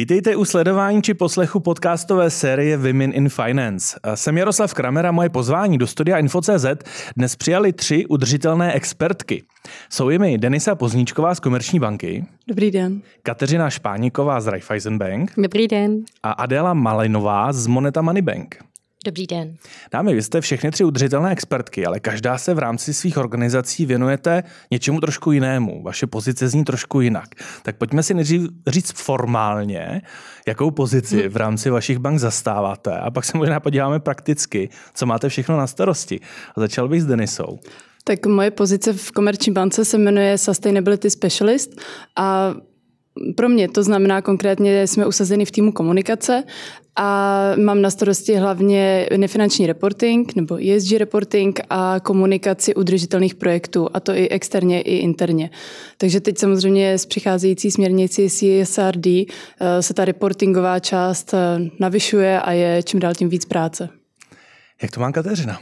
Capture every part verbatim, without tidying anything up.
Vítejte u sledování či poslechu podcastové série Women in Finance. Jsem Jaroslav Kramer a moje pozvání do studia Info tečka cé zet dnes přijali tři udržitelné expertky. Jsou jimi Denisa Pozníčková z Komerční banky. Dobrý den. Kateřina Špáníková z Raiffeisen Bank. Dobrý den. A Adéla Malinová z Moneta Money Bank. Dobrý den. Dámy, vy jste všechny tři udržitelné expertky, ale každá se v rámci svých organizací věnujete něčemu trošku jinému. Vaše pozice zní trošku jinak. Tak pojďme si nejdřív říct formálně, jakou pozici v rámci vašich bank zastáváte a pak se možná podíváme prakticky, co máte všechno na starosti. A začal bych s Denisou. Tak moje pozice v Komerční bance se jmenuje Sustainability Specialist a pro mě to znamená konkrétně, jsme usazeni v týmu komunikace a mám na starosti hlavně nefinanční reporting nebo E S G reporting a komunikaci udržitelných projektů, a to i externě, i interně. Takže teď samozřejmě s přicházející směrnicí C S R D se ta reportingová část navyšuje a je čím dál tím víc práce. Jak to má Kateřina?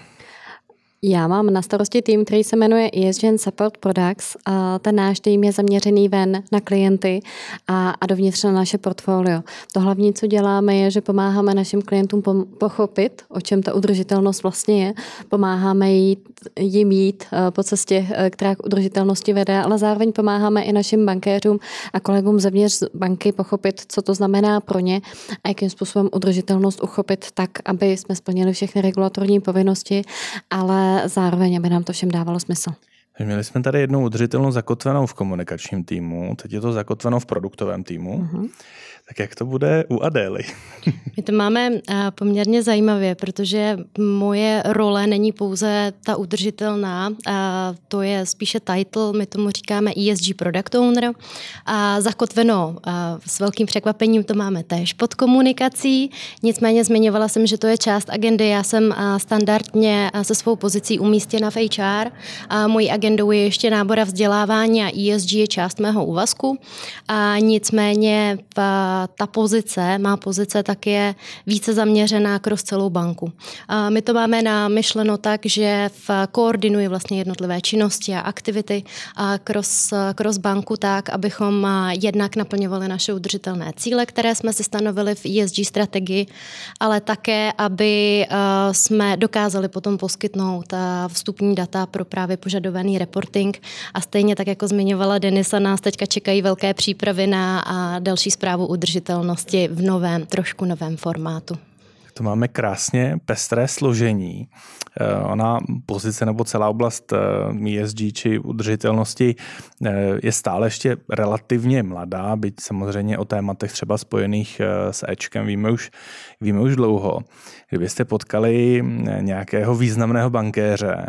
Já mám na starosti tým, který se jmenuje E S G and Support Products. A ten náš tým je zaměřený ven na klienty a, a dovnitř na naše portfolio. To hlavní, co děláme, je, že pomáháme našim klientům pochopit, o čem ta udržitelnost vlastně je. Pomáháme jít, jim jít po cestě, která k udržitelnosti vede, ale zároveň pomáháme i našim bankéřům a kolegům zevnitř banky pochopit, co to znamená pro ně a jakým způsobem udržitelnost uchopit tak, aby jsme splnili všechny regulatorní povinnosti, ale zároveň, aby nám to všem dávalo smysl. Měli jsme tady jednou udržitelnost zakotvenou v komunikačním týmu, teď je to zakotveno v produktovém týmu. Uh-huh. Tak jak to bude u Adély? My to máme poměrně zajímavě, protože moje role není pouze ta udržitelná, a to je spíše title, my tomu říkáme E S G Product Owner. A zakotveno a s velkým překvapením to máme též pod komunikací, nicméně zmiňovala jsem, že to je část agendy, já jsem standardně se svou pozicí umístěna v H R a mojí agendou je ještě nábor a vzdělávání a E S G je část mého úvazku a nicméně v ta pozice, má pozice tak je více zaměřená kroz celou banku. A my to máme namyšleno tak, že v koordinuji vlastně jednotlivé činnosti a aktivity a kroz, kroz banku tak, abychom jednak naplňovali naše udržitelné cíle, které jsme si stanovili v E S G strategii, ale také, aby jsme dokázali potom poskytnout vstupní data pro právě požadovaný reporting a stejně tak, jako zmiňovala Denisa, nás teďka čekají velké přípravy na další zprávu udržitelnosti v novém, trošku novém formátu. To máme krásně pestré složení. Ona pozice nebo celá oblast E S G či udržitelnosti je stále ještě relativně mladá, byť samozřejmě o tématech třeba spojených s Ečkem víme už, víme už dlouho. Kdybyste potkali nějakého významného bankéře,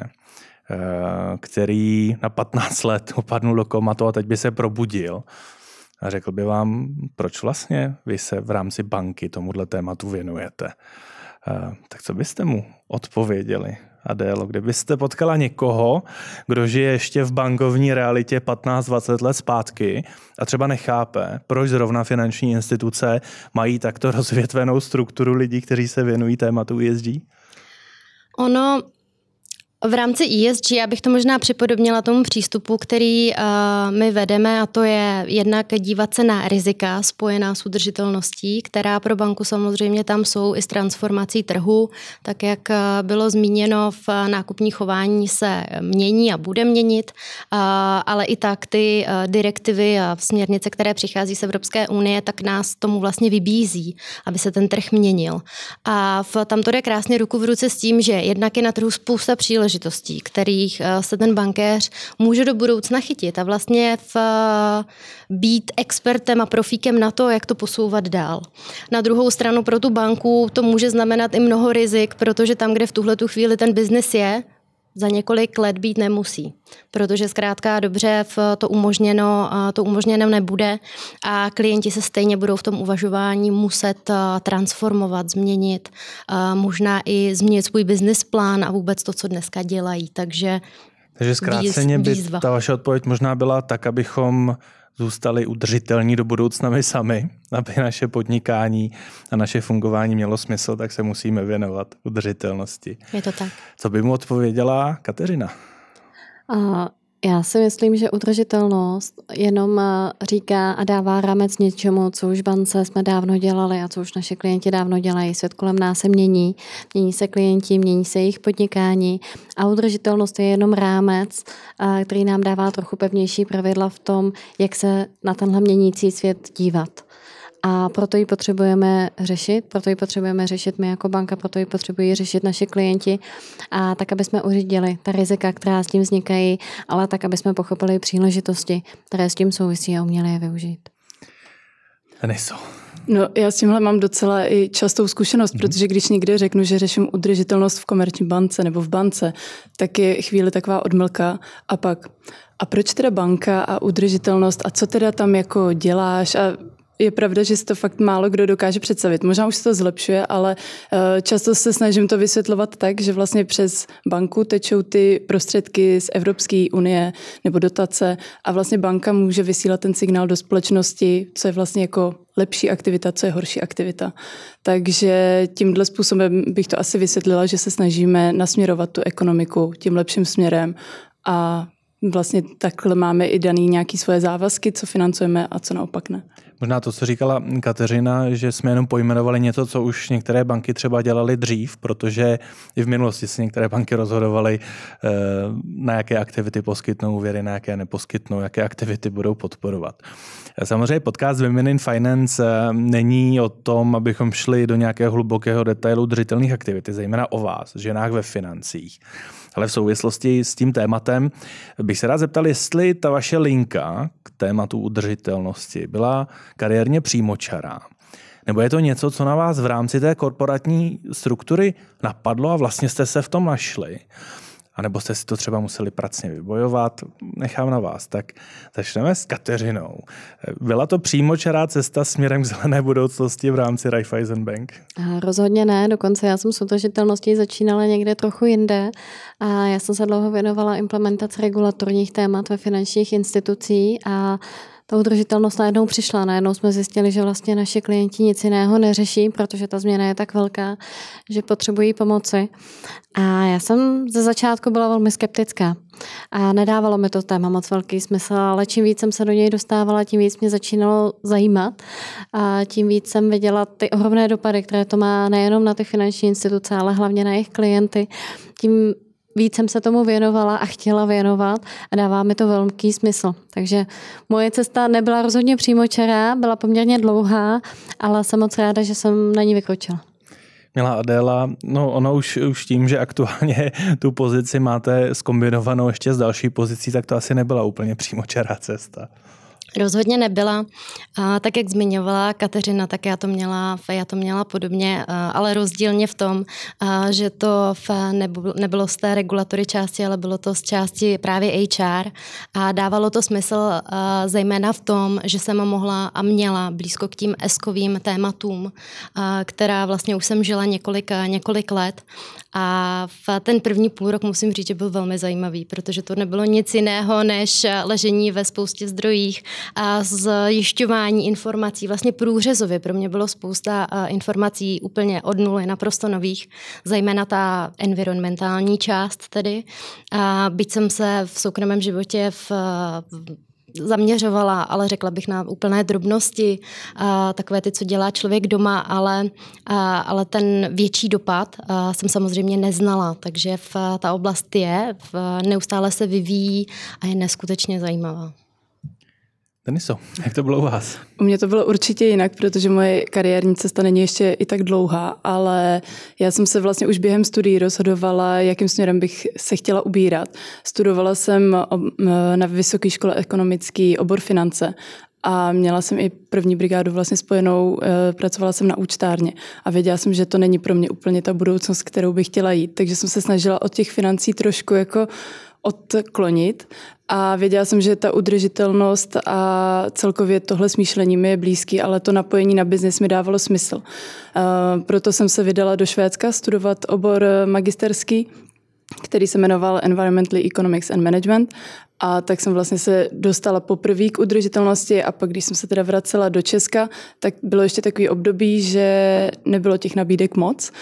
který na patnáct let upadnul do komatu a teď by se probudil, a řekl by vám, proč vlastně vy se v rámci banky tomuhle tématu věnujete. Uh, tak co byste mu odpověděli, Adélo? Kdybyste potkala někoho, kdo žije ještě v bankovní realitě patnáct dvacet let zpátky a třeba nechápe, proč zrovna finanční instituce mají takto rozvětvenou strukturu lidí, kteří se věnují tématu E S G? Ono... V rámci E S G, já bych to možná připodobnila tomu přístupu, který uh, my vedeme, a to je jednak dívat se na rizika spojená s udržitelností, která pro banku samozřejmě tam jsou i s transformací trhu, tak jak uh, bylo zmíněno, v nákupní chování se mění a bude měnit, uh, ale i tak ty uh, direktivy a směrnice, které přichází z Evropské unie, tak nás tomu vlastně vybízí, aby se ten trh měnil. A v, tam to jde krásně ruku v ruce s tím, že jednak je na trhu spousta příležitostí, kterých se ten bankéř může do budoucna chytit a vlastně v, být expertem a profíkem na to, jak to posouvat dál. Na druhou stranu pro tu banku to může znamenat i mnoho rizik, protože tam, kde v tuhletu chvíli ten biznis je, za několik let být nemusí, protože zkrátka dobře to umožněno, to umožněno nebude a klienti se stejně budou v tom uvažování muset transformovat, změnit, možná i změnit svůj business plán a vůbec to, co dneska dělají. Takže, Takže zkráceně by ta vaše odpověď možná byla tak, abychom zůstali udržitelní do budoucna my sami, aby naše podnikání a naše fungování mělo smysl, tak se musíme věnovat udržitelnosti. Je to tak. Co by mu odpověděla Kateřina? Uh, Já si myslím, že udržitelnost jenom říká a dává rámec něčemu, co už v bance jsme dávno dělali a co už naše klienti dávno dělají. Svět kolem nás se mění, mění se klienti, mění se jejich podnikání a udržitelnost je jenom rámec, který nám dává trochu pevnější pravidla v tom, jak se na tenhle měnící svět dívat. A proto ji potřebujeme řešit, proto ji potřebujeme řešit my jako banka, proto ji potřebují řešit naši klienti a tak, aby jsme uřídili ta rizika, která s tím vznikají, ale tak, aby jsme pochopili příležitosti, které s tím souvisí a uměli je využít. Nejsou. No, já s tímhle mám docela i častou zkušenost, mm. protože když někde řeknu, že řeším udržitelnost v komerční bance nebo v bance, tak je chvíli taková odmlka a pak a proč teda banka a udržitelnost a co teda tam jako děláš a je pravda, že si to fakt málo kdo dokáže představit. Možná už se to zlepšuje, ale často se snažím to vysvětlovat tak, že vlastně přes banku tečou ty prostředky z Evropské unie nebo dotace a vlastně banka může vysílat ten signál do společnosti, co je vlastně jako lepší aktivita, co je horší aktivita. Takže tímhle způsobem bych to asi vysvětlila, že se snažíme nasměrovat tu ekonomiku tím lepším směrem a vlastně takhle máme i daný nějaký svoje závazky, co financujeme a co naopak ne. Možná to, co říkala Kateřina, že jsme jenom pojmenovali něco, co už některé banky třeba dělaly dřív, protože i v minulosti se některé banky rozhodovaly, na jaké aktivity poskytnou úvěry, na jaké neposkytnou, jaké aktivity budou podporovat. Samozřejmě podcast Women in Finance není o tom, abychom šli do nějakého hlubokého detailu držitelných aktivit, zejména o vás, ženách ve financích. Ale v souvislosti s tím tématem bych se rád zeptal, jestli ta vaše linka k tématu udržitelnosti byla kariérně přímočará. Nebo je to něco, co na vás v rámci té korporátní struktury napadlo a vlastně jste se v tom našli? A nebo jste si to třeba museli pracně vybojovat? Nechám na vás. Tak začneme s Kateřinou. Byla to přímočará cesta směrem k zelené budoucnosti v rámci Raiffeisen Bank? Rozhodně ne, dokonce já jsem s udržitelností začínala někde trochu jinde a já jsem se dlouho věnovala implementaci regulatorních témat ve finančních institucích a ta udržitelnost najednou přišla. Najednou jsme zjistili, že vlastně naši klienti nic jiného neřeší, protože ta změna je tak velká, že potřebují pomoci. A já jsem ze začátku byla velmi skeptická. A nedávalo mi to téma moc velký smysl, ale čím víc jsem se do něj dostávala, tím víc mě začínalo zajímat. A tím víc jsem viděla ty ohromné dopady, které to má nejenom na ty finanční instituce, ale hlavně na jejich klienty. Tím víc jsem se tomu věnovala a chtěla věnovat a dává mi to velký smysl. Takže moje cesta nebyla rozhodně přímočará, byla poměrně dlouhá, ale jsem moc ráda, že jsem na ní vykročila. Milá Adéla, no ono už, už tím, že aktuálně tu pozici máte zkombinovanou ještě s další pozicí, tak to asi nebyla úplně přímočará cesta. Rozhodně nebyla. A tak, jak zmiňovala Kateřina, tak já to měla, já to měla podobně, ale rozdílně v tom, že to nebylo z té regulatory části, ale bylo to z části právě H R a dávalo to smysl zejména v tom, že jsem mohla a měla blízko k tím eskovým tématům, která vlastně už jsem žila několik, několik let a v ten první půl rok musím říct, že byl velmi zajímavý, protože to nebylo nic jiného, než ležení ve spoustě zdrojích a zjišťování informací, vlastně průřezově. Pro mě bylo spousta informací úplně od nuly, naprosto nových, zejména ta environmentální část tedy. A byť jsem se v soukromém životě v zaměřovala, ale řekla bych na úplné drobnosti, a takové ty, co dělá člověk doma, ale, a, ale ten větší dopad a, jsem samozřejmě neznala, takže v, ta oblast je, v, neustále se vyvíjí a je neskutečně zajímavá. Deniso, jak to bylo u vás? U mě to bylo určitě jinak, protože moje kariérní cesta není ještě i tak dlouhá, ale já jsem se vlastně už během studií rozhodovala, jakým směrem bych se chtěla ubírat. Studovala jsem na Vysoké škole ekonomický obor finance a měla jsem i první brigádu vlastně spojenou, pracovala jsem na účtárně a věděla jsem, že to není pro mě úplně ta budoucnost, kterou bych chtěla jít, takže jsem se snažila od těch financí trošku jako odklonit a věděla jsem, že ta udržitelnost a celkově tohle smýšlení mi je blízký, ale to napojení na biznis mi dávalo smysl. Proto jsem se vydala do Švédska studovat obor magisterský, který se jmenoval Environmental Economics and Management a tak jsem vlastně se dostala poprvé k udržitelnosti a pak, když jsem se teda vracela do Česka, tak bylo ještě takový období, že nebylo těch nabídek moc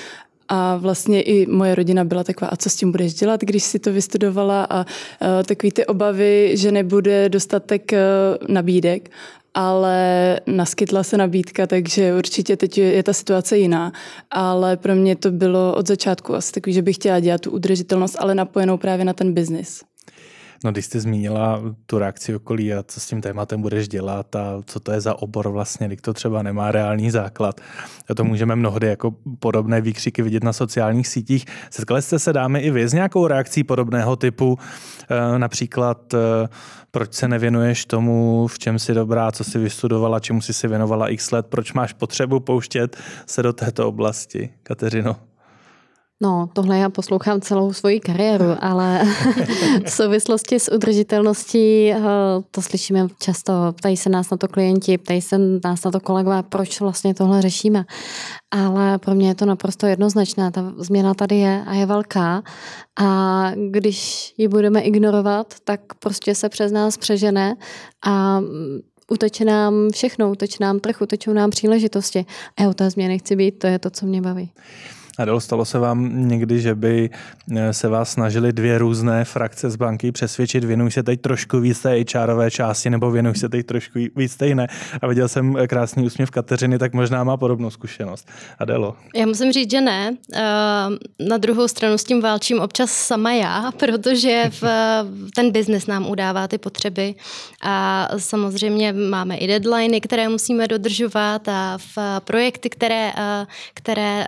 A vlastně i moje rodina byla taková, a co s tím budeš dělat, když si to vystudovala, a uh, takový ty obavy, že nebude dostatek uh, nabídek, ale naskytla se nabídka, takže určitě teď je ta situace jiná. Ale pro mě to bylo od začátku asi takový, že bych chtěla dělat tu udržitelnost, ale napojenou právě na ten biznis. No, když jste zmínila tu reakci okolí a co s tím tématem budeš dělat a co to je za obor vlastně, když to třeba nemá reálný základ. A to můžeme mnohdy jako podobné výkřiky vidět na sociálních sítích. Setkali jste se, dámy, i vy s nějakou reakcí podobného typu? Například, proč se nevěnuješ tomu, v čem jsi dobrá, co jsi vystudovala, čemu jsi si věnovala x let, proč máš potřebu pouštět se do této oblasti? Kateřino? No, tohle já poslouchám celou svoji kariéru, ale v souvislosti s udržitelností to slyšíme často. Ptají se nás na to klienti, ptají se nás na to kolegové, proč vlastně tohle řešíme. Ale pro mě je to naprosto jednoznačné. Ta změna tady je a je velká. A když ji budeme ignorovat, tak prostě se přes nás přežene a uteče nám všechno, uteče nám trh, utečou nám příležitosti. A já u té změny chci být, to je to, co mě baví. Adel, stalo se vám někdy, že by se vás snažily dvě různé frakce z banky přesvědčit, věnuj se teď trošku víc té há erové části, nebo věnuj se teď trošku víc té jiné? A viděl jsem krásný úsměv Kateřiny, tak možná má podobnou zkušenost. Adelo? Já musím říct, že ne. Na druhou stranu s tím válčím občas sama já, protože v ten biznes nám udává ty potřeby a samozřejmě máme i deadliny, které musíme dodržovat a v projekty, které, které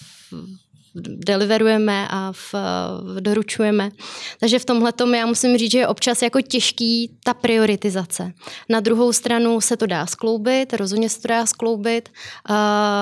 deliverujeme a v, doručujeme. Takže v tomhletom já musím říct, že je občas jako těžký ta prioritizace. Na druhou stranu se to dá skloubit, rozhodně se to dá skloubit, uh,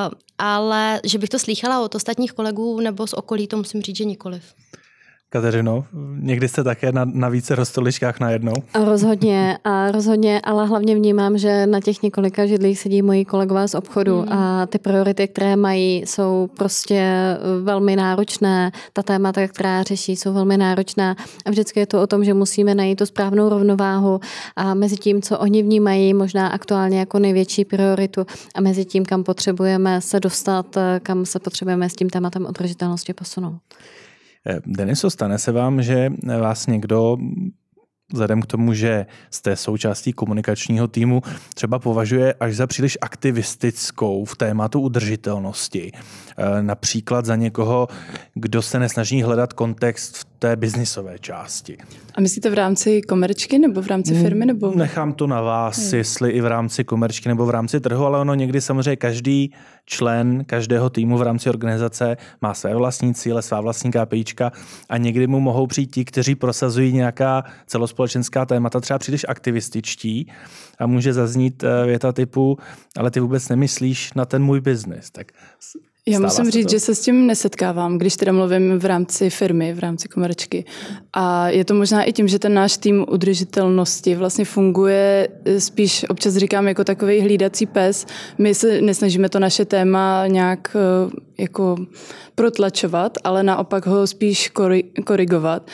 ale že bych to slýchala od ostatních kolegů nebo z okolí, to musím říct, že nikoliv. Kateřino, někdy jste také na, na více rozstoličkách najednou? A rozhodně, a rozhodně, ale hlavně vnímám, že na těch několika židlích sedí moji kolegové z obchodu mm. a ty priority, které mají, jsou prostě velmi náročné. Ta témata, která řeší, jsou velmi náročná a vždycky je to o tom, že musíme najít tu správnou rovnováhu a mezi tím, co oni vnímají možná aktuálně jako největší prioritu a mezi tím, kam potřebujeme se dostat, kam se potřebujeme s tím tématem udržitelnosti posunout. Deniso, stane se vám, že vás někdo, vzhledem k tomu, že jste součástí komunikačního týmu, třeba považuje až za příliš aktivistickou v tématu udržitelnosti? Například za někoho, kdo se nesnaží hledat kontext v té biznisové části. A myslíte v rámci komerčky nebo v rámci firmy? Nebo? Nechám to na vás, hmm. jestli i v rámci komerčky nebo v rámci trhu, ale ono někdy samozřejmě každý člen každého týmu v rámci organizace má své vlastní cíle, svá vlastní KPIčka a někdy mu mohou přijít ti, kteří prosazují nějaká celospolečenská témata, třeba příliš aktivističtí a může zaznít věta typu, ale ty vůbec nemyslíš na ten můj biznis. Tak já musím říct, to? že se s tím nesetkávám, když teda mluvím v rámci firmy, v rámci komerčky. A je to možná i tím, že ten náš tým udržitelnosti vlastně funguje, spíš občas říkám jako takovej hlídací pes. My se nesnažíme to naše téma nějak jako protlačovat, ale naopak ho spíš korigovat.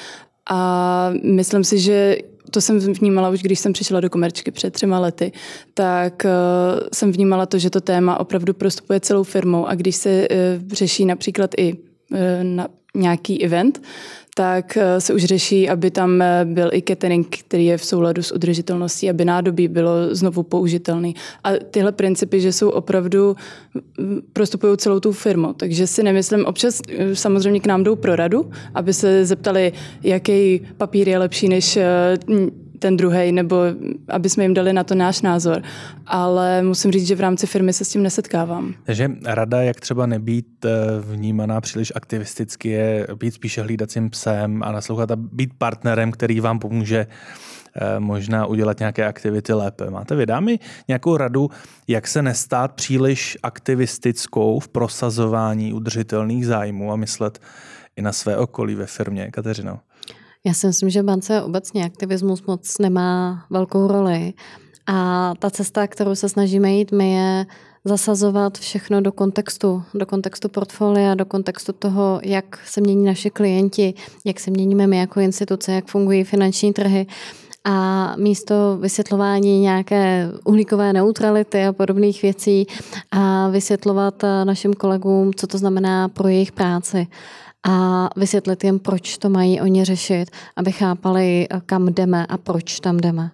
A myslím si, že to jsem vnímala už, když jsem přišla do komerčky před třema lety, tak uh, jsem vnímala to, že to téma opravdu prostupuje celou firmou a když se uh, řeší například i uh, na nějaký event, tak uh, se už řeší, aby tam uh, byl i catering, který je v souladu s udržitelností, aby nádobí bylo znovu použitelný. A tyhle principy, že jsou opravdu, prostupují celou tu firmu. Takže si nemyslím, občas uh, samozřejmě k nám jdou pro radu, aby se zeptali, jaký papír je lepší než uh, ten druhej, nebo aby jsme jim dali na to náš názor. Ale musím říct, že v rámci firmy se s tím nesetkávám. Takže rada, jak třeba nebýt vnímaná příliš aktivisticky, je být spíše hlídacím psem a naslouchat a být partnerem, který vám pomůže možná udělat nějaké aktivity lépe. Máte vy, dámy, nějakou radu, jak se nestát příliš aktivistickou v prosazování udržitelných zájmů a myslet i na své okolí ve firmě? Kateřino? Já si myslím, že v bance obecně aktivismus moc nemá velkou roli a ta cesta, kterou se snažíme jít my, je zasazovat všechno do kontextu, do kontextu portfolia, do kontextu toho, jak se mění naši klienti, jak se měníme my jako instituce, jak fungují finanční trhy a místo vysvětlování nějaké uhlíkové neutrality a podobných věcí a vysvětlovat našim kolegům, co to znamená pro jejich práci a vysvětlit jim, proč to mají oni řešit, aby chápali, kam jdeme a proč tam jdeme.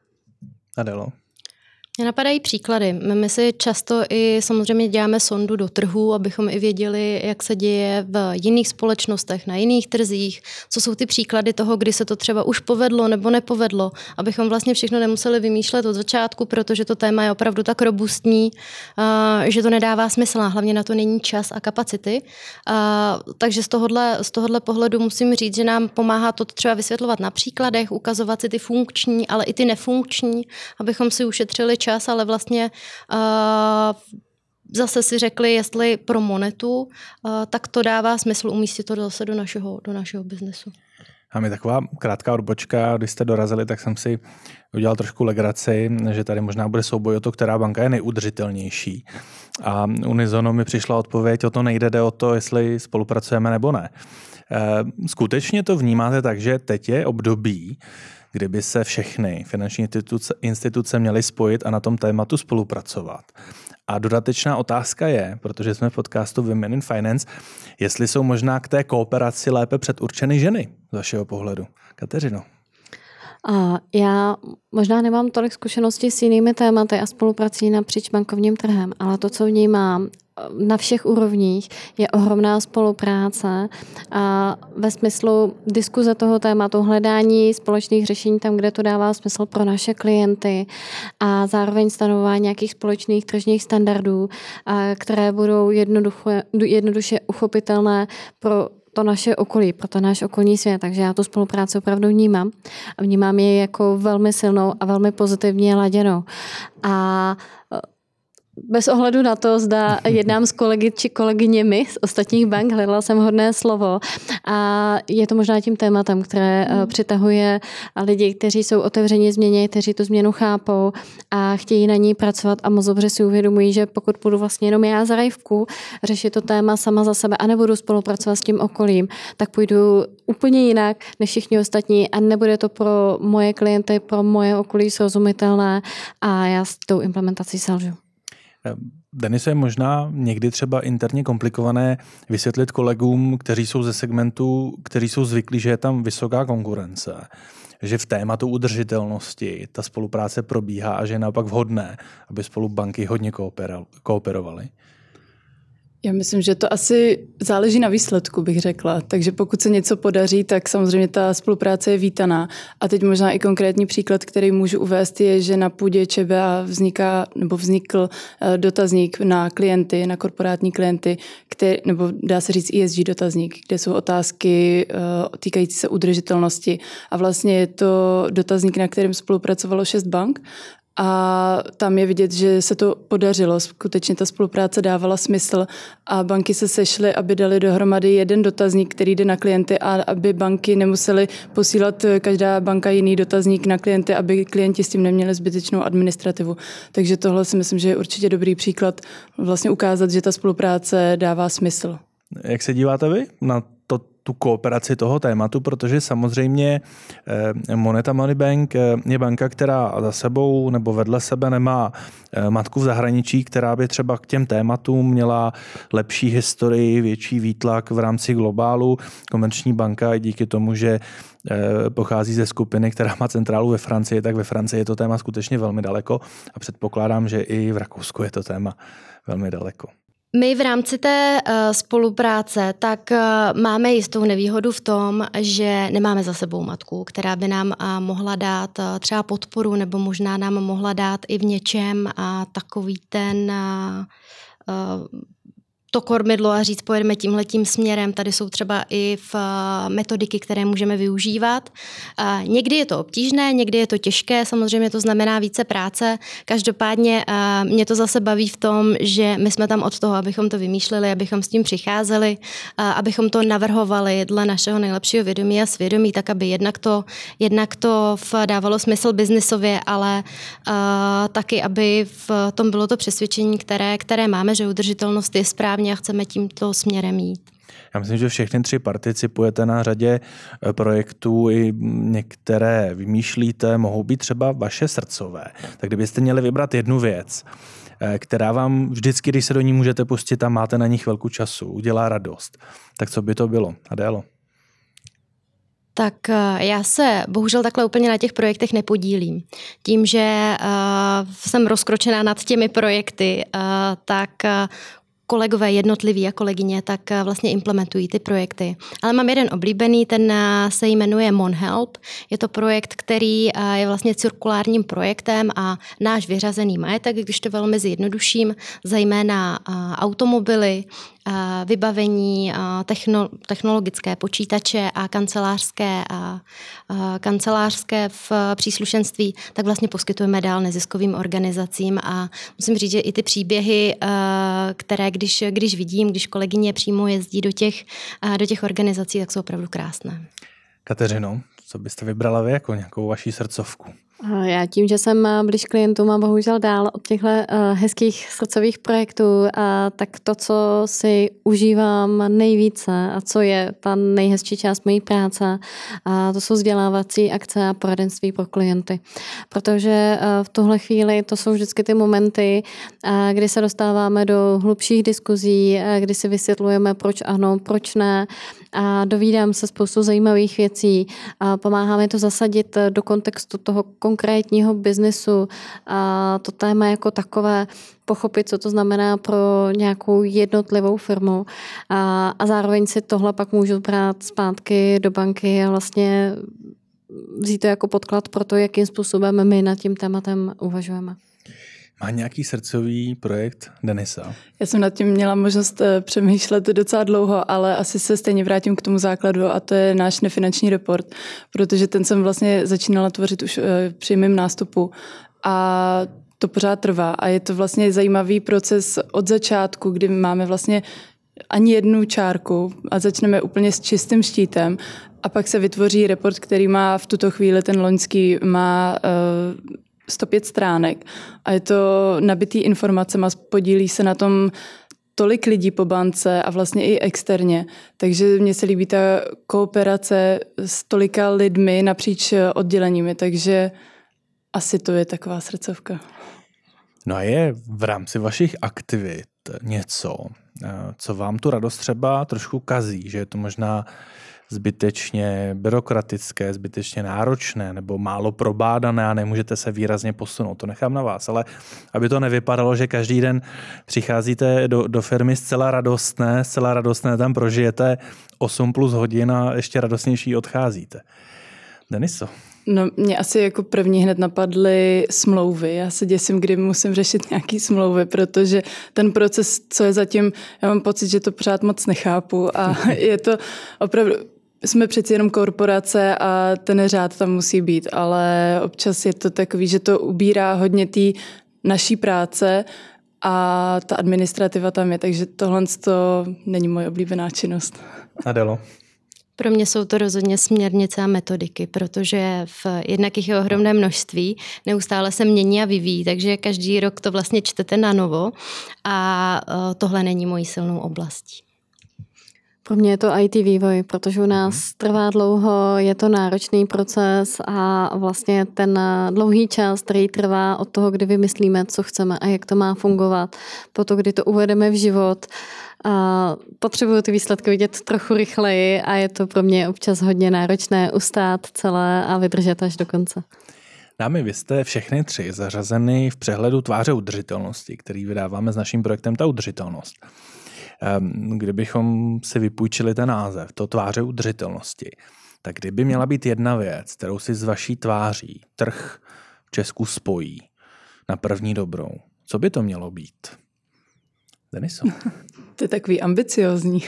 Adelo? Mně napadají příklady. My si často i samozřejmě děláme sondu do trhu, abychom i věděli, jak se děje v jiných společnostech, na jiných trzích, co jsou ty příklady toho, kdy se to třeba už povedlo nebo nepovedlo, abychom vlastně všechno nemuseli vymýšlet od začátku, protože to téma je opravdu tak robustní, že to nedává smysl a hlavně na to není čas a kapacity. Takže z tohohle, z tohohle pohledu musím říct, že nám pomáhá to třeba vysvětlovat na příkladech, ukazovat si ty funkční, ale i ty nefunkční, abychom si ušetřili čas, ale vlastně uh, zase si řekli, jestli pro monetu, uh, tak to dává smysl umístit to zase do našeho, do našeho biznesu. A mi taková krátká odbočka, když jste dorazili, tak jsem si udělal trošku legraci, že tady možná bude souboj o to, která banka je nejudržitelnější. A unisono mi přišla odpověď, o to nejde, jde o to, jestli spolupracujeme nebo ne. Skutečně to vnímáte tak, že teď je období, kdyby se všechny finanční instituce, instituce měly spojit a na tom tématu spolupracovat. A dodatečná otázka je, protože jsme v podcastu Women in Finance, jestli jsou možná k té kooperaci lépe předurčeny ženy z vašeho pohledu. Kateřino. A já možná nemám tolik zkušeností s jinými tématy a spoluprací napříč bankovním trhem, ale to, co vnímám na všech úrovních, je ohromná spolupráce a ve smyslu diskuze toho tématu, hledání společných řešení tam, kde to dává smysl pro naše klienty a zároveň stanovování nějakých společných tržních standardů, které budou jednoduše uchopitelné pro to naše okolí, pro to náš okolní svět, takže já tu spolupráci opravdu vnímám a vnímám ji jako velmi silnou a velmi pozitivně laděnou. A bez ohledu na to, zda jednám s kolegy či kolegyněmi z ostatních bank, hledala jsem hodné slovo a je to možná tím tématem, které hmm. přitahuje lidi, kteří jsou otevření změně, kteří tu změnu chápou a chtějí na ní pracovat a moc dobře si uvědomují, že pokud budu vlastně jenom já za rajvku řešit to téma sama za sebe a nebudu spolupracovat s tím okolím, tak půjdu úplně jinak než všichni ostatní a nebude to pro moje klienty, pro moje okolí srozumitelné a já s tou implementací selžu. Deniso, je možná někdy třeba interně komplikované vysvětlit kolegům, kteří jsou ze segmentu, kteří jsou zvyklí, že je tam vysoká konkurence, že v tématu udržitelnosti ta spolupráce probíhá a že je naopak vhodné, aby spolu banky hodně kooperovaly? Já myslím, že to asi záleží na výsledku, bych řekla. Takže pokud se něco podaří, tak samozřejmě ta spolupráce je vítaná. A teď možná i konkrétní příklad, který můžu uvést, je, že na půdě ČBA vzniká, nebo vznikl dotazník na klienty, na korporátní klienty, který, nebo dá se říct E S G dotazník, kde jsou otázky týkající se udržitelnosti. A vlastně je to dotazník, na kterém spolupracovalo šest bank. A tam je vidět, že se to podařilo. Skutečně ta spolupráce dávala smysl a banky se sešly, aby dali dohromady jeden dotazník, který jde na klienty a aby banky nemusely posílat každá banka jiný dotazník na klienty, aby klienti s tím neměli zbytečnou administrativu. Takže tohle si myslím, že je určitě dobrý příklad vlastně ukázat, že ta spolupráce dává smysl. Jak se díváte vy na to, tu kooperaci toho tématu, protože samozřejmě Moneta Money Bank je banka, která za sebou nebo vedle sebe nemá matku v zahraničí, která by třeba k těm tématům měla lepší historii, větší výtlak v rámci globálu. Komerční banka díky tomu, že pochází ze skupiny, která má centrálu ve Francii, tak ve Francii je to téma skutečně velmi daleko a předpokládám, že i v Rakousku je to téma velmi daleko. My v rámci té uh, spolupráce tak uh, máme jistou nevýhodu v tom, že nemáme za sebou matku, která by nám uh, mohla dát uh, třeba podporu nebo možná nám mohla dát i v něčem uh, takový ten uh, uh, to kormidlo a říct, pojedeme tímhletím směrem. Tady jsou třeba i v metodiky, které můžeme využívat. Někdy je to obtížné, někdy je to těžké, samozřejmě to znamená více práce. Každopádně mě to zase baví v tom, že my jsme tam od toho, abychom to vymýšleli, abychom s tím přicházeli, abychom to navrhovali dle našeho nejlepšího vědomí a svědomí, tak aby jednak to, jednak to dávalo smysl biznisově, ale taky, aby v tom bylo to přesvědčení, které, které máme, že udržitelnost je správně a chceme tímto směrem jít. Já myslím, že všechny tři participujete na řadě projektů, i některé vymýšlíte, mohou být třeba vaše srdcové. Tak kdybyste měli vybrat jednu věc, která vám vždycky, když se do ní můžete pustit a máte na ní chvilku času, udělá radost, tak co by to bylo? Adélo? Tak já se bohužel takhle úplně na těch projektech nepodílím. Tím, že uh, jsem rozkročená nad těmi projekty, uh, tak uh, kolegové jednotliví a kolegyně tak uh, vlastně implementují ty projekty. Ale mám jeden oblíbený, ten uh, se jmenuje MonHelp. Je to projekt, který uh, je vlastně cirkulárním projektem a náš vyřazený majetek, když to velmi zjednoduším, zejména uh, automobily, vybavení, technologické počítače a kancelářské, a kancelářské v příslušenství, tak vlastně poskytujeme dál neziskovým organizacím a musím říct, že i ty příběhy, které když, když vidím, když kolegyně přímo jezdí do těch, do těch organizací, tak jsou opravdu krásné. Kateřino, co byste vybrala vy jako nějakou vaší srdcovku? Já tím, že jsem blíž klientům a bohužel dál od těchto hezkých srdcových projektů, tak to, co si užívám nejvíce a co je ta nejhezčí část mojí práce, to jsou vzdělávací akce a poradenství pro klienty. Protože v tuhle chvíli to jsou vždycky ty momenty, kdy se dostáváme do hlubších diskuzí, kdy si vysvětlujeme, proč ano, proč ne, a dovídám se spoustu zajímavých věcí a pomáháme to zasadit do kontextu toho konkrétního biznesu a to téma jako takové pochopit, co to znamená pro nějakou jednotlivou firmu a, a zároveň si tohle pak můžu brát zpátky do banky a vlastně vzít to jako podklad pro to, jakým způsobem my nad tím tématem uvažujeme. Má nějaký srdcový projekt Denisa? Já jsem nad tím měla možnost přemýšlet docela dlouho, ale asi se stejně vrátím k tomu základu a to je náš nefinanční report, protože ten jsem vlastně začínala tvořit už při mém nástupu a to pořád trvá a je to vlastně zajímavý proces od začátku, kdy máme vlastně ani jednu čárku a začneme úplně s čistým štítem a pak se vytvoří report, který má v tuto chvíli, ten loňský má uh, sto pět stránek a je to nabitý informacemi, podílí se na tom tolik lidí po bance a vlastně i externě. Takže mně se líbí ta kooperace s tolika lidmi napříč odděleními, takže asi to je taková srdcovka. No a je v rámci vašich aktivit něco, co vám tu radost třeba trošku kazí, že je to možná zbytečně byrokratické, zbytečně náročné nebo málo probádané a nemůžete se výrazně posunout. To nechám na vás, ale aby to nevypadalo, že každý den přicházíte do, do firmy zcela radostné, zcela radostné tam prožijete osm plus hodin a ještě radostnější odcházíte. Deniso. No, mě asi jako první hned napadly smlouvy. Já se děsím, kdy musím řešit nějaký smlouvy, protože ten proces, co je zatím, já mám pocit, že to pořád moc nechápu a je to opravdu, jsme přeci jenom korporace a ten řád tam musí být, ale občas je to takový, že to ubírá hodně té naší práce a ta administrativa tam je, takže tohle to není moje oblíbená činnost. Adelo. Pro mě jsou to rozhodně směrnice a metodiky, protože v jednak jich je ohromné množství, neustále se mění a vyvíjí, takže každý rok to vlastně čtete na novo a tohle není mojí silnou oblastí. Pro mě je to í té vývoj, protože u nás trvá dlouho, je to náročný proces a vlastně ten dlouhý čas, který trvá od toho, kdy vymyslíme, co chceme a jak to má fungovat, po to, kdy to uvedeme v život. A potřebuju ty výsledky vidět trochu rychleji a je to pro mě občas hodně náročné ustát celé a vydržet až do konce. Dámy, vy jste všechny tři zařazeny v přehledu tváře udržitelnosti, který vydáváme s naším projektem Ta udržitelnost. Kdybychom si vypůjčili ten název, to tváře udržitelnosti, tak kdyby měla být jedna věc, kterou si z vaší tváří trh v Česku spojí na první dobrou, co by to mělo být? Deniso. To je takový ambiciozní.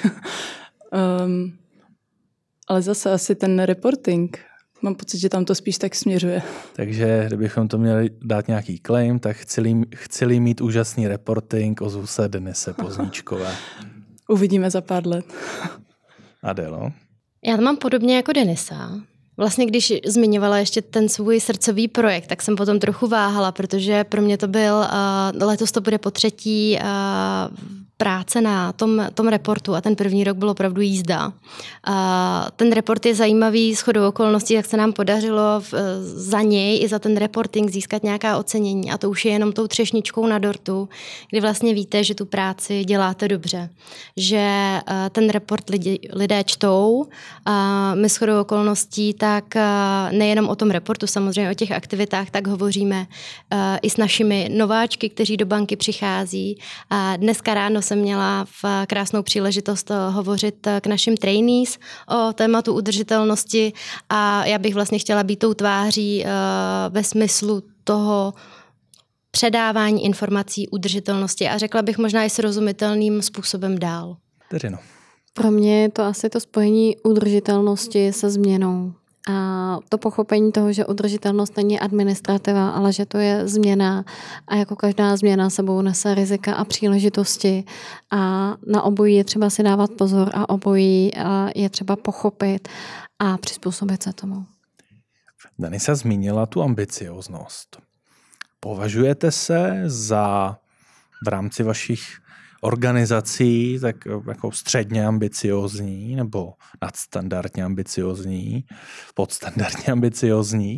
um, ale zase asi ten reporting. Mám pocit, že tam to spíš tak směřuje. Takže kdybychom to měli dát nějaký claim, tak chci-li, chci-li mít úžasný reporting, ozvu se Denise Pozníčkové. Uvidíme za pár let. Adelo? Já to mám podobně jako Denisa. Vlastně když zmiňovala ještě ten svůj srdcový projekt, tak jsem potom trochu váhala, protože pro mě to byl, uh, letos to bude po třetí uh, práce na tom, tom reportu a ten první rok byl opravdu jízda. A ten report je zajímavý, shodou okolností, jak se nám podařilo v, za něj i za ten reporting získat nějaká ocenění a to už je jenom tou třešničkou na dortu, kdy vlastně víte, že tu práci děláte dobře. Že ten report lidi, lidé čtou a my shodou okolností tak nejenom o tom reportu, samozřejmě o těch aktivitách, tak hovoříme i s našimi nováčky, kteří do banky přichází. A dneska ráno jsem měla v krásnou příležitost hovořit k našim trainees o tématu udržitelnosti a já bych vlastně chtěla být tou tváří ve smyslu toho předávání informací udržitelnosti a řekla bych možná i srozumitelným způsobem dál. Teřino. Pro mě je to asi to spojení udržitelnosti se změnou. A to pochopení toho, že udržitelnost není administrativa, ale že to je změna a jako každá změna sebou nese rizika a příležitosti a na obojí je třeba si dávat pozor a obojí je třeba pochopit a přizpůsobit se tomu. Denisa zmínila tu ambicioznost. Považujete se za v rámci vašich organizací tak jako středně ambiciozní nebo nadstandardně ambiciozní, podstandardně ambiciozní.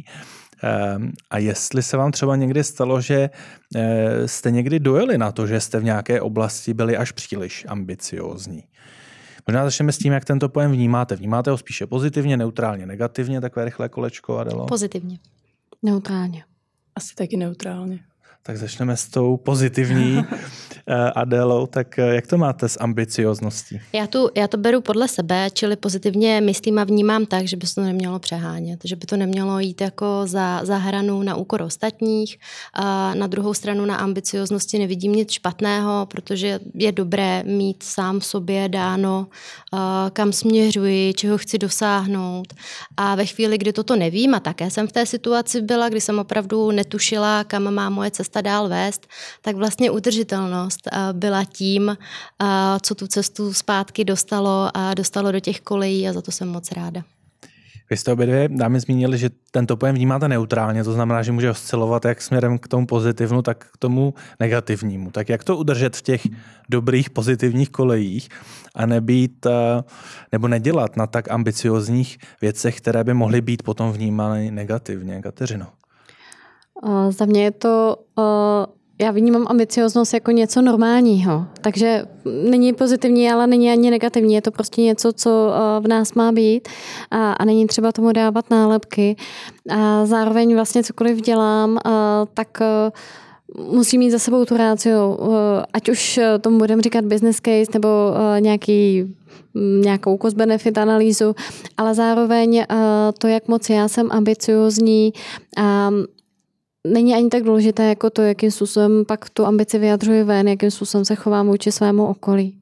A jestli se vám třeba někdy stalo, že jste někdy dojeli na to, že jste v nějaké oblasti byli až příliš ambiciozní. Možná začneme s tím, jak tento pojem vnímáte. Vnímáte ho spíše pozitivně, neutrálně, negativně, takové rychlé kolečko, Adelo? Pozitivně. Neutrálně. Asi taky neutrálně. Tak začneme s tou pozitivní Adélou. Tak jak to máte s ambiciozností? Já, tu, já to beru podle sebe, čili pozitivně myslím a vnímám tak, že by se to nemělo přehánět, že by to nemělo jít jako za, za hranu na úkor ostatních. A na druhou stranu na ambicioznosti nevidím nic špatného, protože je dobré mít sám sobě dáno, kam směřuji, čeho chci dosáhnout. A ve chvíli, kdy toto nevím, a také jsem v té situaci byla, kdy jsem opravdu netušila, kam má moje cesta dál vést, tak vlastně udržitelnost byla tím, co tu cestu zpátky dostalo a dostalo do těch kolejí a za to jsem moc ráda. Vy jste obě dvě dámy zmínili, že tento pojem vnímáte neutrálně, to znamená, že může oscilovat jak směrem k tomu pozitivnu, tak k tomu negativnímu. Tak jak to udržet v těch dobrých pozitivních kolejích a nebýt, nebo nedělat na tak ambiciozních věcech, které by mohly být potom vnímány negativně? Kateřino. Uh, za mě je to, uh, já vnímám ambicioznost jako něco normálního, takže není pozitivní, ale není ani negativní, je to prostě něco, co uh, v nás má být a, a není třeba tomu dávat nálepky. A zároveň vlastně cokoliv dělám, uh, tak uh, musí mít za sebou tu rácio, uh, ať už tomu budeme říkat business case nebo uh, nějaký nějakou cost-benefit analýzu, ale zároveň uh, to, jak moc já jsem ambiciozní a není ani tak důležité jako to, jakým způsobem pak tu ambici vyjadřuji ven, jakým způsobem se chovám vůči svému okolí.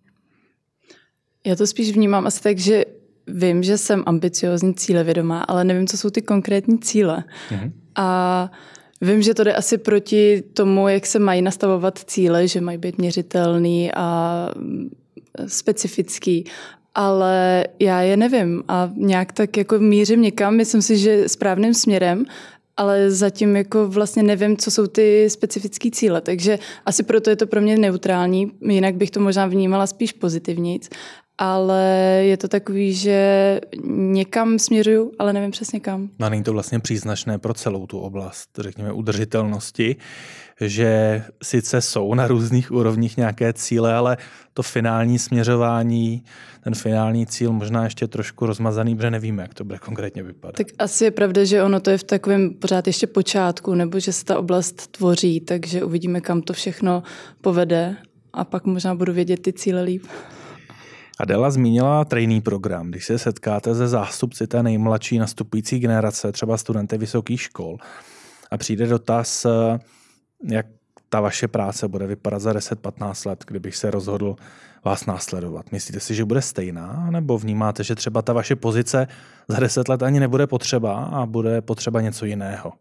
Já to spíš vnímám asi tak, že vím, že jsem ambiciozní cílevědomá, ale nevím, co jsou ty konkrétní cíle. Mhm. A vím, že to jde asi proti tomu, jak se mají nastavovat cíle, že mají být měřitelný a specifický. Ale já je nevím a nějak tak jako mířím někam, myslím si, že správným směrem, ale zatím jako vlastně nevím, co jsou ty specifické cíle, takže asi proto je to pro mě neutrální, jinak bych to možná vnímala spíš pozitivnějc, ale je to takový, že někam směřuju, ale nevím přesně kam. No, není to vlastně příznačné pro celou tu oblast, řekněme, udržitelnosti, že sice jsou na různých úrovních nějaké cíle, ale to finální směřování, ten finální cíl možná ještě trošku rozmazaný, protože nevíme, jak to bude konkrétně vypadat. Tak asi je pravda, že ono to je v takovém pořád ještě počátku, nebo že se ta oblast tvoří, takže uvidíme, kam to všechno povede a pak možná budu vědět ty cíle líp. Adela zmínila trainee program. Když se setkáte se zástupci té nejmladší nastupující generace, třeba studenty vysokých škol, a přijde dotaz, jak ta vaše práce bude vypadat za deset patnáct let, kdybych se rozhodl vás následovat. Myslíte si, že bude stejná, nebo vnímáte, že třeba ta vaše pozice za deset let ani nebude potřeba a bude potřeba něco jiného?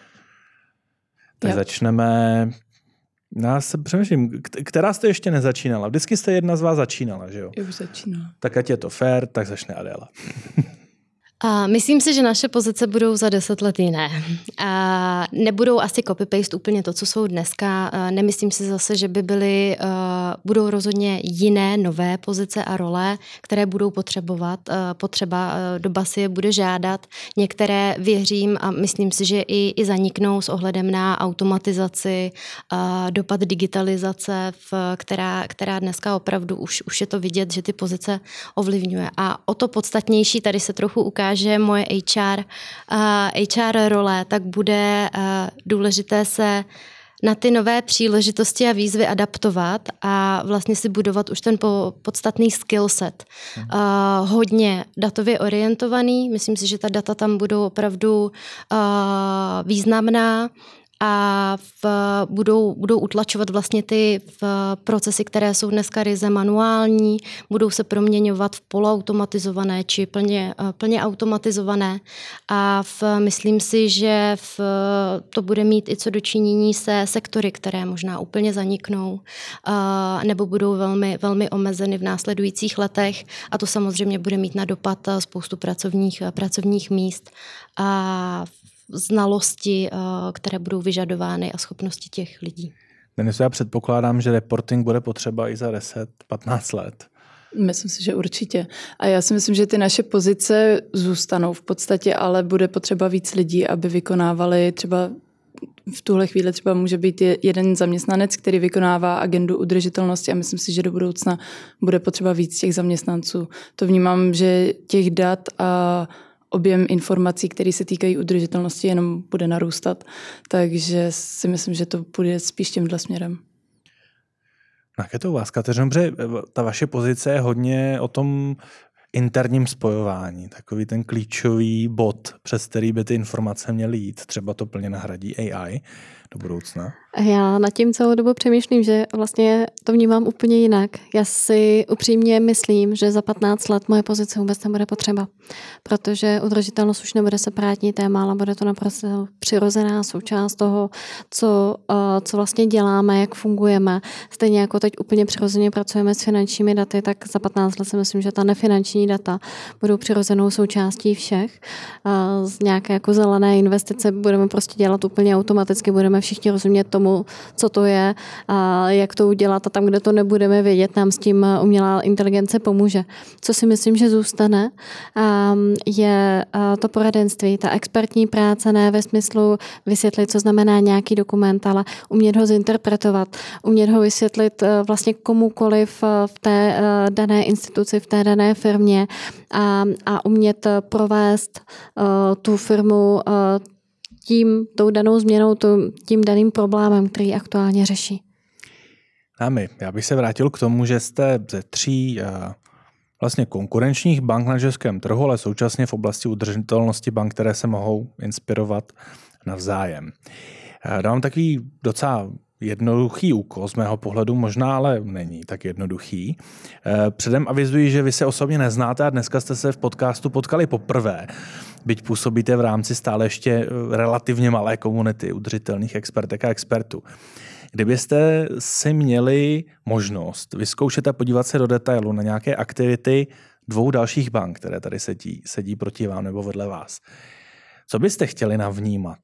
Tak začneme. Já se přemýšlím, která jste ještě nezačínala? Vždycky jste jedna z vás začínala, že jo? Já už začínala. Tak ať je to fair, tak začne Adéla. A myslím si, že naše pozice budou za deset let jiné. A nebudou asi copy-paste úplně to, co jsou dneska. A nemyslím si zase, že by byly, budou rozhodně jiné, nové pozice a role, které budou potřebovat. Potřeba doba si je bude žádat. Některé věřím a myslím si, že i, i zaniknou s ohledem na automatizaci, dopad digitalizace, v, která, která dneska opravdu už, už je to vidět, že ty pozice ovlivňuje. A o to podstatnější, tady se trochu ukáže, že moje H R, uh, H R role, tak bude uh, důležité se na ty nové příležitosti a výzvy adaptovat a vlastně si budovat už ten po, podstatný skill set. Uh, hodně datově orientovaný, myslím si, že ta data tam budou opravdu uh, významná a v, budou, budou utlačovat vlastně ty v procesy, které jsou dneska ryze manuální, budou se proměňovat v poloautomatizované či plně, plně automatizované a v, myslím si, že v, to bude mít i co dočinění se sektory, které možná úplně zaniknou a, nebo budou velmi, velmi omezeny v následujících letech a to samozřejmě bude mít na dopad spoustu pracovních, pracovních míst a znalosti, které budou vyžadovány a schopnosti těch lidí. Deniso, já předpokládám, že reporting bude potřeba i za deset patnáct let. Myslím si, že určitě. A já si myslím, že ty naše pozice zůstanou v podstatě, ale bude potřeba víc lidí, aby vykonávali třeba v tuhle chvíli třeba může být jeden zaměstnanec, který vykonává agendu udržitelnosti a myslím si, že do budoucna bude potřeba víc těch zaměstnanců. To vnímám, že těch dat a objem informací, které se týkají udržitelnosti, jenom bude narůstat. Takže si myslím, že to půjde spíš tímhle směrem. Jak je to u vás, Kateřino? Dobře, ta vaše pozice je hodně o tom interním spojování. Takový ten klíčový bod, přes který by ty informace měly jít. Třeba to plně nahradí A I do budoucna. Já nad tím celou dobu přemýšlím, že vlastně to vnímám úplně jinak. Já si upřímně myslím, že za patnáct let moje pozice vůbec nebude potřeba, protože udržitelnost už nebude separátní téma, ale bude to naprosto přirozená součást toho, co, co vlastně děláme, jak fungujeme. Stejně jako teď úplně přirozeně pracujeme s finančními daty, tak za patnáct let si myslím, že ta nefinanční data budou přirozenou součástí všech. Z nějaké jako zelené investice budeme prostě dělat úplně automaticky, budeme všichni rozumět tomu, co to je a jak to udělat a tam, kde to nebudeme vědět, nám s tím umělá inteligence pomůže. Co si myslím, že zůstane, je to poradenství, ta expertní práce, ne ve smyslu vysvětlit, co znamená nějaký dokument, ale umět ho zinterpretovat, umět ho vysvětlit vlastně komukoliv v té dané instituci, v té dané firmě a, a umět provést tu firmu tím, tou danou změnou, tím daným problémem, který aktuálně řeší. Dámy, já bych se vrátil k tomu, že jste ze tří vlastně konkurenčních bank na českém trhu, ale současně v oblasti udržitelnosti bank, které se mohou inspirovat navzájem. Dám takový docela jednoduchý úkol, z mého pohledu možná, ale není tak jednoduchý. Předem avizuji, že vy se osobně neznáte a dneska jste se v podcastu potkali poprvé, byť působíte v rámci stále ještě relativně malé komunity udržitelných expertek a expertů. Kdybyste si měli možnost vyzkoušet a podívat se do detailu na nějaké aktivity dvou dalších bank, které tady sedí, sedí proti vám nebo vedle vás, co byste chtěli navnímat?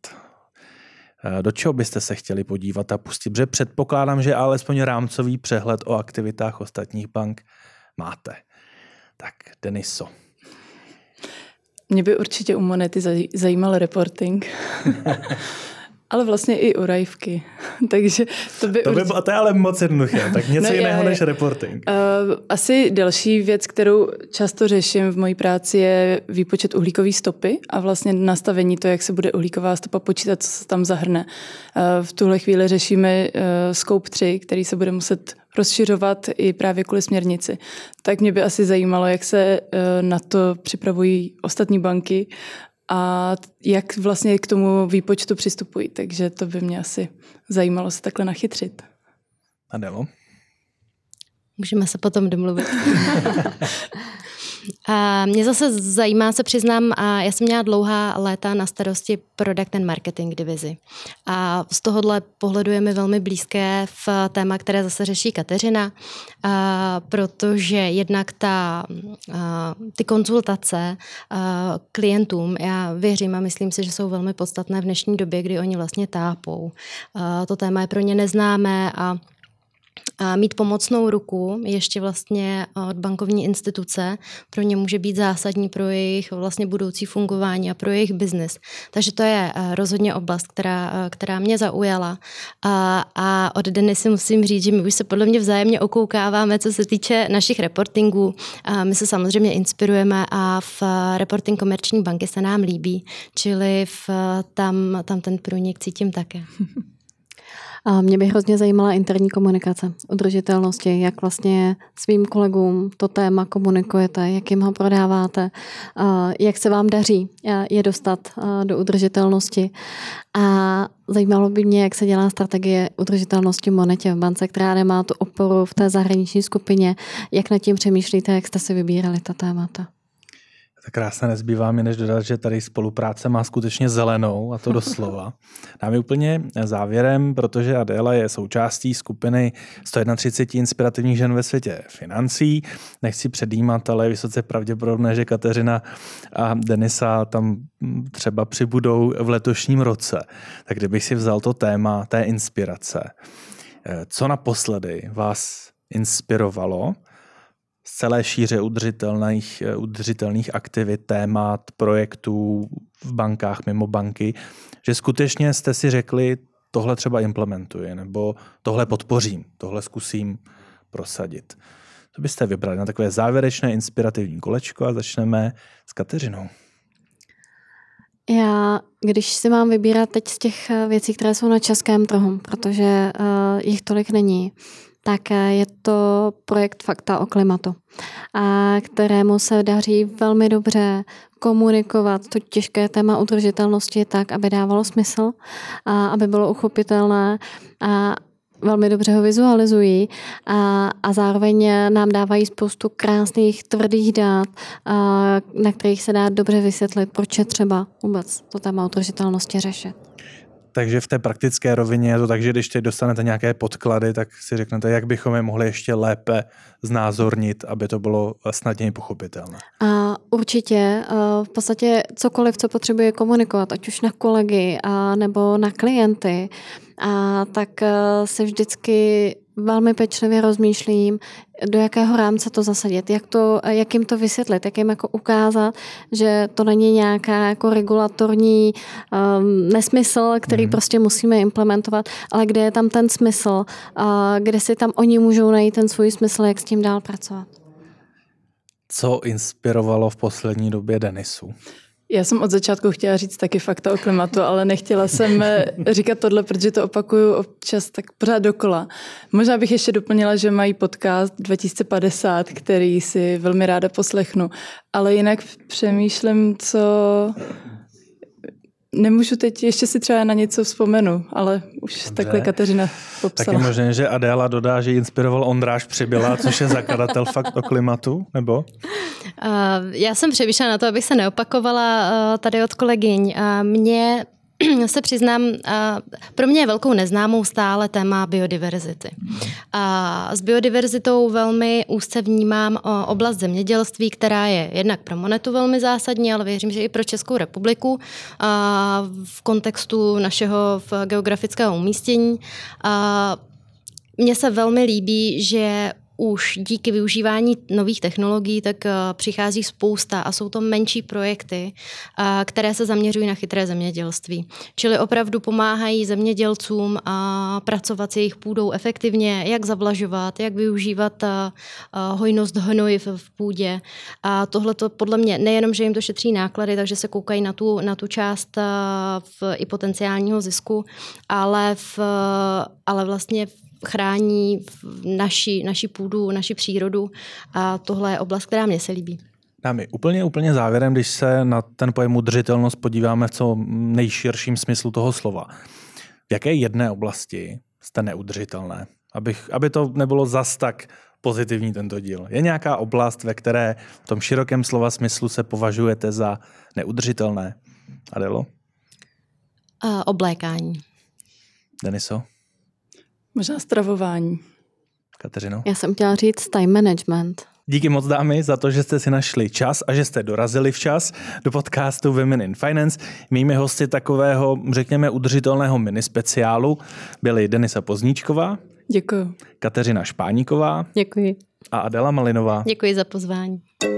Do čeho byste se chtěli podívat a pustit? Protože předpokládám, že alespoň rámcový přehled o aktivitách ostatních bank máte. Tak, Deniso. Mě by určitě u Monety zajímal reporting. Ale vlastně i u Rajvky. Takže to by... To, by, určitě... to je ale moc jednoduché, tak něco no, jiného je, než reporting. Uh, asi další věc, kterou často řeším v mojí práci, je výpočet uhlíkové stopy a vlastně nastavení to, jak se bude uhlíková stopa počítat, co se tam zahrne. Uh, v tuhle chvíli řešíme uh, scope tři, který se bude muset rozšiřovat i právě kvůli směrnici. Tak mě by asi zajímalo, jak se uh, na to připravují ostatní banky a jak vlastně k tomu výpočtu přistupují. Takže to by mě asi zajímalo se takhle nachytřit. Adélo? Můžeme se potom domluvit. A mě zase zajímá, se přiznám, a já jsem měla dlouhá léta na starosti product and marketing divizi. A z tohohle pohledu je mi velmi blízké v téma, které zase řeší Kateřina, a protože jednak ta, a, ty konzultace a, klientům, já věřím a myslím si, že jsou velmi podstatné v dnešní době, kdy oni vlastně tápou. A, to téma je pro ně neznámé a A mít pomocnou ruku ještě vlastně od bankovní instituce pro ně může být zásadní pro jejich vlastně budoucí fungování a pro jejich biznis. Takže to je rozhodně oblast, která, která mě zaujala. A, a od Denisy musím říct, že my už se podle mě vzájemně okoukáváme, co se týče našich reportingů. A my se samozřejmě inspirujeme a v reporting Komerční banky se nám líbí, čili v, tam, tam ten průnik cítím také. A mě by hrozně zajímala interní komunikace, udržitelnosti, jak vlastně svým kolegům to téma komunikujete, jak jim ho prodáváte, jak se vám daří je dostat do udržitelnosti. A zajímalo by mě, jak se dělá strategie udržitelnosti v Monetě v bance, která nemá tu oporu v té zahraniční skupině. Jak nad tím přemýšlíte, jak jste si vybírali ta témata? Tak krásně nezbývá mi, než dodat, že tady spolupráce má skutečně zelenou, a to doslova. Dáme úplně závěrem, protože Adéla je součástí skupiny sto třicet jedna inspirativních žen ve světě financí. Nechci předjímat, ale je vysoce pravděpodobné, že Kateřina a Denisa tam třeba přibudou v letošním roce. Tak kdybych si vzal to téma té inspirace, co naposledy vás inspirovalo z celé šíře udržitelných, udržitelných aktivit, témat, projektů v bankách, mimo banky, že skutečně jste si řekli, tohle třeba implementuji, nebo tohle podpořím, tohle zkusím prosadit. Co byste vybrali na takové závěrečné inspirativní kolečko a začneme s Kateřinou. Já, když si mám vybírat teď z těch věcí, které jsou na českém trhu, protože uh, jich tolik není, tak je to projekt Fakta o klimatu, a kterému se daří velmi dobře komunikovat to těžké téma udržitelnosti tak, aby dávalo smysl, a aby bylo uchopitelné, a velmi dobře ho vizualizují a, a zároveň nám dávají spoustu krásných tvrdých dát, a, na kterých se dá dobře vysvětlit, proč je třeba vůbec to téma udržitelnosti řešit. Takže v té praktické rovině je to tak, že když teď dostanete nějaké podklady, tak si řeknete, jak bychom je mohli ještě lépe znázornit, aby to bylo snadněji pochopitelné. A určitě v podstatě cokoliv, co potřebuje komunikovat, ať už na kolegy a nebo na klienty, a tak se vždycky velmi pečlivě rozmýšlím, do jakého rámce to zasadit, jak, to, jak jim to vysvětlit, jak jim jako ukázat, že to není nějaká jako regulatorní um, nesmysl, který mm. prostě musíme implementovat, ale kde je tam ten smysl, uh, kde si tam oni můžou najít ten svůj smysl, jak s tím dál pracovat. Co inspirovalo v poslední době Denisu? Já jsem od začátku chtěla říct taky fakta o klimatu, ale nechtěla jsem říkat tohle, protože to opakuju občas tak pořád dokola. Možná bych ještě doplnila, že mají podcast dva tisíce padesát, který si velmi ráda poslechnu, ale jinak přemýšlím, co... Nemůžu teď, ještě si třeba na něco vzpomenu, ale už Dobře. Takhle Kateřina popsala. Tak je možné, že Adéla dodá, že inspiroval Ondráš Přibyla, což je zakladatel Fakt o klimatu, nebo? Uh, já jsem přemýšlela na to, abych se neopakovala uh, tady od kolegyň. Uh, mě se přiznám, pro mě je velkou neznámou stále téma biodiverzity. A s biodiverzitou velmi úzce vnímám oblast zemědělství, která je jednak pro Monetu velmi zásadní, ale věřím, že i pro Českou republiku v kontextu našeho geografického umístění. Mně se velmi líbí, že už díky využívání nových technologií tak přichází spousta a jsou to menší projekty, které se zaměřují na chytré zemědělství. Čili opravdu pomáhají zemědělcům pracovat s jejich půdou efektivně, jak zavlažovat, jak využívat hojnost hnojiv v půdě. A tohle to podle mě nejenom, že jim to šetří náklady, takže se koukají na tu, na tu část v, i potenciálního zisku, ale, v, ale vlastně chrání naši, naši půdu, naši přírodu a tohle je oblast, která mě se líbí. Dámy, úplně, úplně závěrem, když se na ten pojem udržitelnost podíváme v co nejširším smyslu toho slova. V jaké jedné oblasti jste neudržitelné? Abych, aby to nebylo zas tak pozitivní tento díl? Je nějaká oblast, ve které v tom širokém slova smyslu se považujete za neudržitelné? Adelo? Uh, oblékání. Deniso? Možná stravování. Kateřino? Já jsem chtěla říct time management. Díky moc, dámy, za to, že jste si našli čas a že jste dorazili včas do podcastu Women in Finance. Mými hosty takového, řekněme, udržitelného minispeciálu byly Denisa Pozníčková, Děkuju. Kateřina Špáníková Děkuji. a Adela Malinová. Děkuji za pozvání.